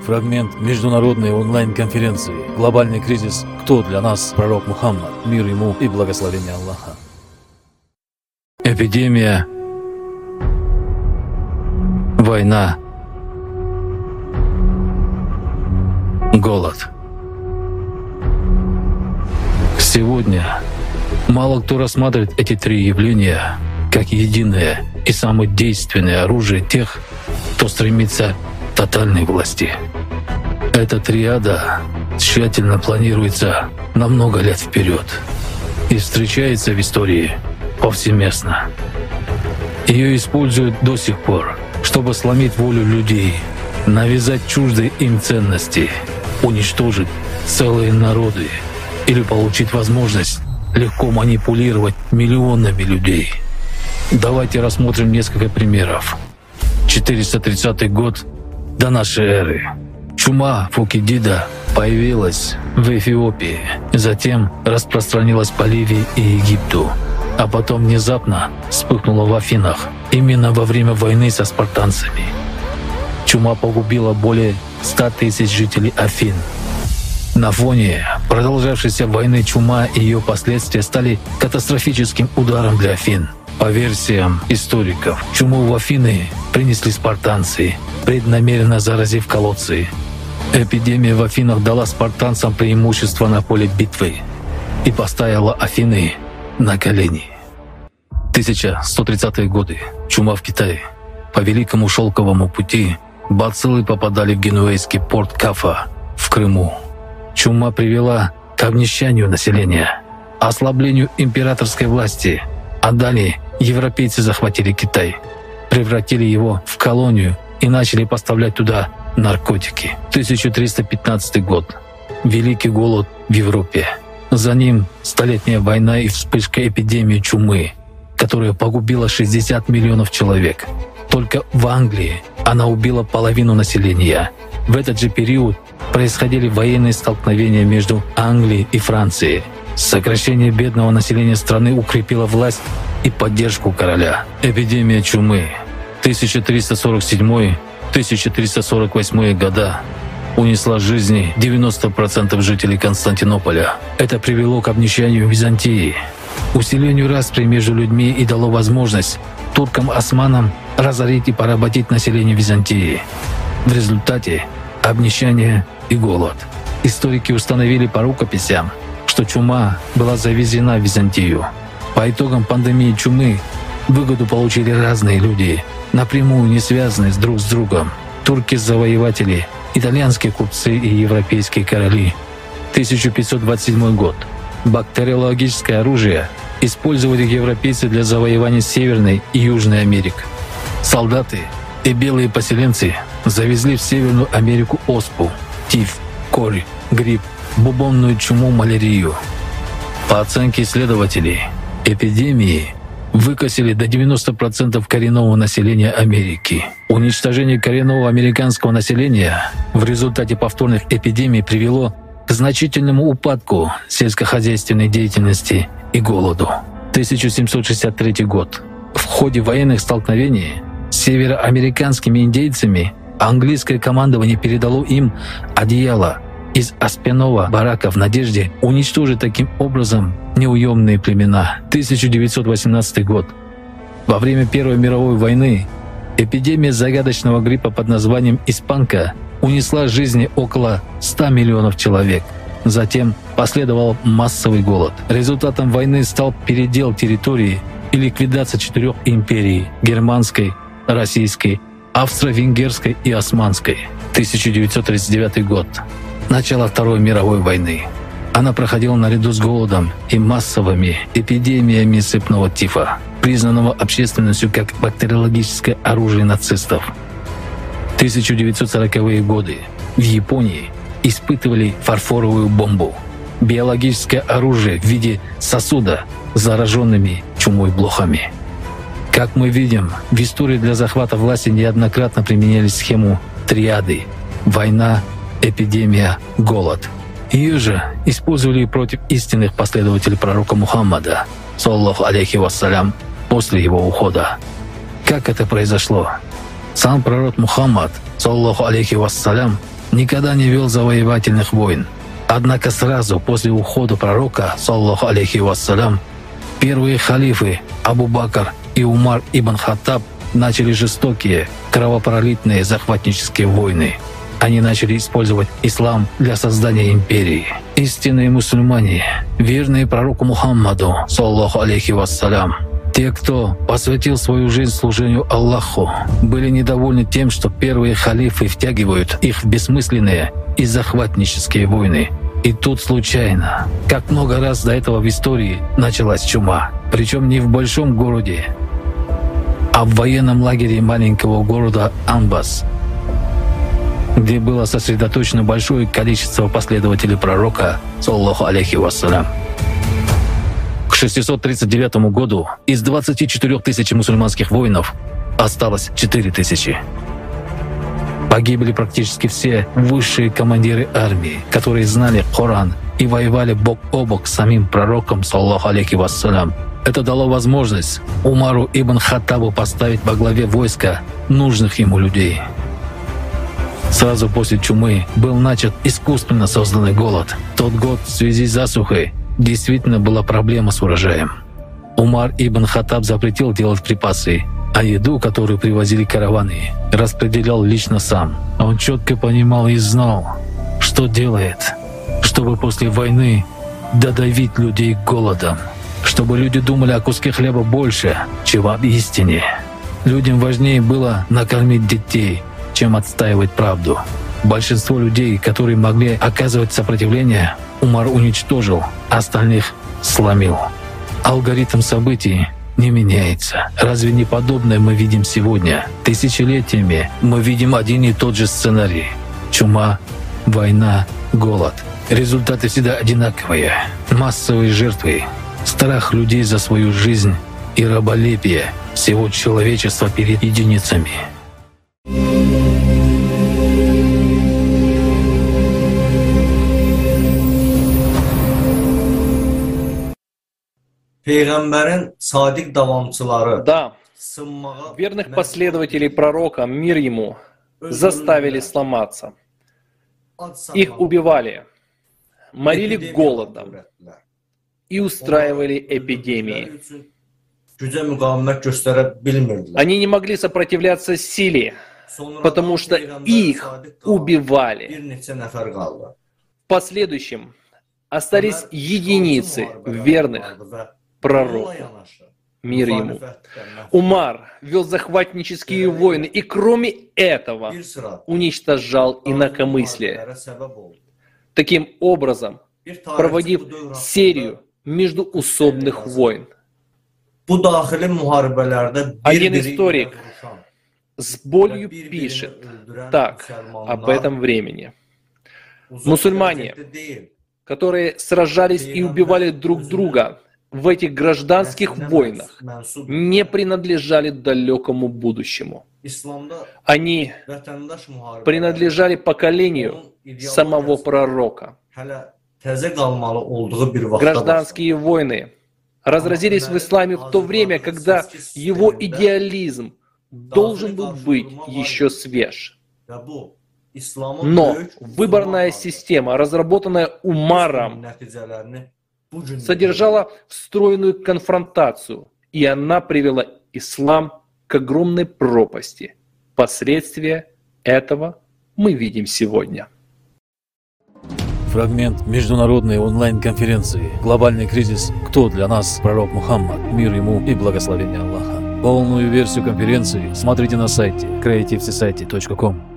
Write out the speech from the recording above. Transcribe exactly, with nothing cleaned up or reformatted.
Фрагмент международной онлайн-конференции «Глобальный кризис. Кто для нас пророк Мухаммад? Мир ему и благословение Аллаха». Эпидемия, война, голод. Сегодня мало кто рассматривает эти три явления как единое и самое действенное оружие тех, кто стремится к тотальной власти. Эта триада тщательно планируется на много лет вперед и встречается в истории повсеместно. Ее используют до сих пор, чтобы сломить волю людей, навязать чуждые им ценности, уничтожить целые народы или получить возможность легко манипулировать миллионами людей. Давайте рассмотрим несколько примеров. четыреста тридцатый год до нашей эры. Чума Фукидида появилась в Эфиопии, затем распространилась по Ливии и Египту, а потом внезапно вспыхнула в Афинах именно во время войны со спартанцами. Чума погубила более ста тысяч жителей Афин. На фоне продолжавшейся войны чума и ее последствия стали катастрофическим ударом для Афин. По версиям историков, чуму в Афины принесли спартанцы, преднамеренно заразив колодцы. Эпидемия в Афинах дала спартанцам преимущество на поле битвы и поставила Афины на колени. тысяча сто тридцатые годы. Чума в Китае. По Великому Шелковому пути бациллы попадали в генуэзский порт Кафа в Крыму. Чума привела к обнищанию населения, ослаблению императорской власти, а далее европейцы захватили Китай, превратили его в колонию и начали поставлять туда наркотики. тысяча триста пятнадцатый год. Великий голод в Европе. За ним столетняя война и вспышка эпидемии чумы, которая погубила шестьдесят миллионов человек. Только в Англии она убила половину населения. В этот же период происходили военные столкновения между Англией и Францией. Сокращение бедного населения страны укрепило власть и поддержку короля. Эпидемия чумы тысяча триста сорок седьмой — тысяча триста сорок восьмой года унесла жизни девяноста процентов жителей Константинополя. Это привело к обнищанию Византии, усилению распри между людьми и дало возможность туркам-османам разорить и поработить население Византии. В результате обнищание и голод. Историки установили по рукописям, что чума была завезена в Византию. По итогам пандемии чумы выгоду получили разные люди, напрямую не связанные друг с другом. Турки-завоеватели, итальянские купцы и европейские короли. тысяча пятьсот двадцать седьмой год. Бактериологическое оружие использовали европейцы для завоевания Северной и Южной Америк. Солдаты и белые поселенцы завезли в Северную Америку оспу, тиф, корь, грипп, бубонную чуму, малярию. По оценке исследователей, эпидемии выкосили до девяноста процентов коренного населения Америки. Уничтожение коренного американского населения в результате повторных эпидемий привело к значительному упадку сельскохозяйственной деятельности и голоду. тысяча семьсот шестьдесят третий год. В ходе военных столкновений с североамериканскими индейцами английское командование передало им одеяло из аспенного барака в надежде уничтожить таким образом неуемные племена. тысяча девятьсот восемнадцатый год. Во время Первой мировой войны эпидемия загадочного гриппа под названием испанка унесла жизни около ста миллионов человек. Затем последовал массовый голод. Результатом войны стал передел территории и ликвидация четырех империй – германской, российской, австро-венгерской и османской. тысяча девятьсот тридцать девятый год. Начало Второй мировой войны. Она проходила наряду с голодом и массовыми эпидемиями сыпного тифа, признанного общественностью как бактериологическое оружие нацистов. тысяча девятьсот сороковые годы. В Японии испытывали фарфоровую бомбу – биологическое оружие в виде сосуда с зараженными чумой блохами. Как мы видим, в истории для захвата власти неоднократно применяли схему триады – война, эпидемия, голод. Ее же использовали против истинных последователей пророка Мухаммада, саллаллаху алейхи вассалям, после его ухода. Как это произошло? Сам пророк Мухаммад, саллаллаху алейхи вассалям, никогда не вел завоевательных войн. Однако сразу после ухода пророка, саллаллаху алейхи вассалям, первые халифы Абу Бакр и Умар ибн Хаттаб начали жестокие, кровопролитные захватнические войны. Они начали использовать ислам для создания империи. Истинные мусульмане, верные пророку Мухаммаду, саллаллаху алейхи вассалям, те, кто посвятил свою жизнь служению Аллаху, были недовольны тем, что первые халифы втягивают их в бессмысленные и захватнические войны. И тут случайно, как много раз до этого в истории, началась чума. Причем не в большом городе, а в военном лагере маленького города Анбас, где было сосредоточено большое количество последователей пророка, саллаллаху алейхи вассалям. К шестисот тридцать девятому году из двадцати четырёх тысяч мусульманских воинов осталось четыре тысячи. Погибли практически все высшие командиры армии, которые знали Коран и воевали бок о бок с самим пророком, саллаллаху алейхи вассалям. Это дало возможность Умару ибн Хаттабу поставить во главе войска нужных ему людей. Сразу после чумы был начат искусственно созданный голод. Тот год в связи с засухой действительно была проблема с урожаем. Умар ибн Хаттаб запретил делать припасы, а еду, которую привозили караваны, распределял лично сам. Он четко понимал и знал, что делает, чтобы после войны додавить людей голодом, чтобы люди думали о куске хлеба больше, чем об истине. Людям важнее было накормить детей, чем отстаивать правду. Большинство людей, которые могли оказывать сопротивление, Умар уничтожил, остальных сломил. Алгоритм событий не меняется. Разве не подобное мы видим сегодня? Тысячелетиями мы видим один и тот же сценарий. Чума, война, голод. Результаты всегда одинаковые. Массовые жертвы, страх людей за свою жизнь и раболепие всего человечества перед единицами. Да, верных последователей пророка, мир ему, заставили сломаться. Их убивали, морили голодом и устраивали эпидемии. Они не могли сопротивляться силе, потому что их убивали. В последующем остались единицы верных пророку, мир ему. Умар вел захватнические войны и кроме этого уничтожал инакомыслие, таким образом проводив серию междуусобных войн. Один историк с болью пишет так об этом времени. Мусульмане, которые сражались и убивали друг друга в этих гражданских войнах, не принадлежали далекому будущему. Они принадлежали поколению самого пророка. Гражданские войны разразились в исламе в то время, когда его идеализм должен был быть еще свеж. Но выборная система, разработанная Умаром, содержала встроенную конфронтацию, и она привела ислам к огромной пропасти. Последствия этого мы видим сегодня. Фрагмент международной онлайн-конференции «Глобальный кризис. Кто для нас пророк Мухаммад? Мир ему и благословение Аллаха». Полную версию конференции смотрите на сайте креатив сосайти точка ком.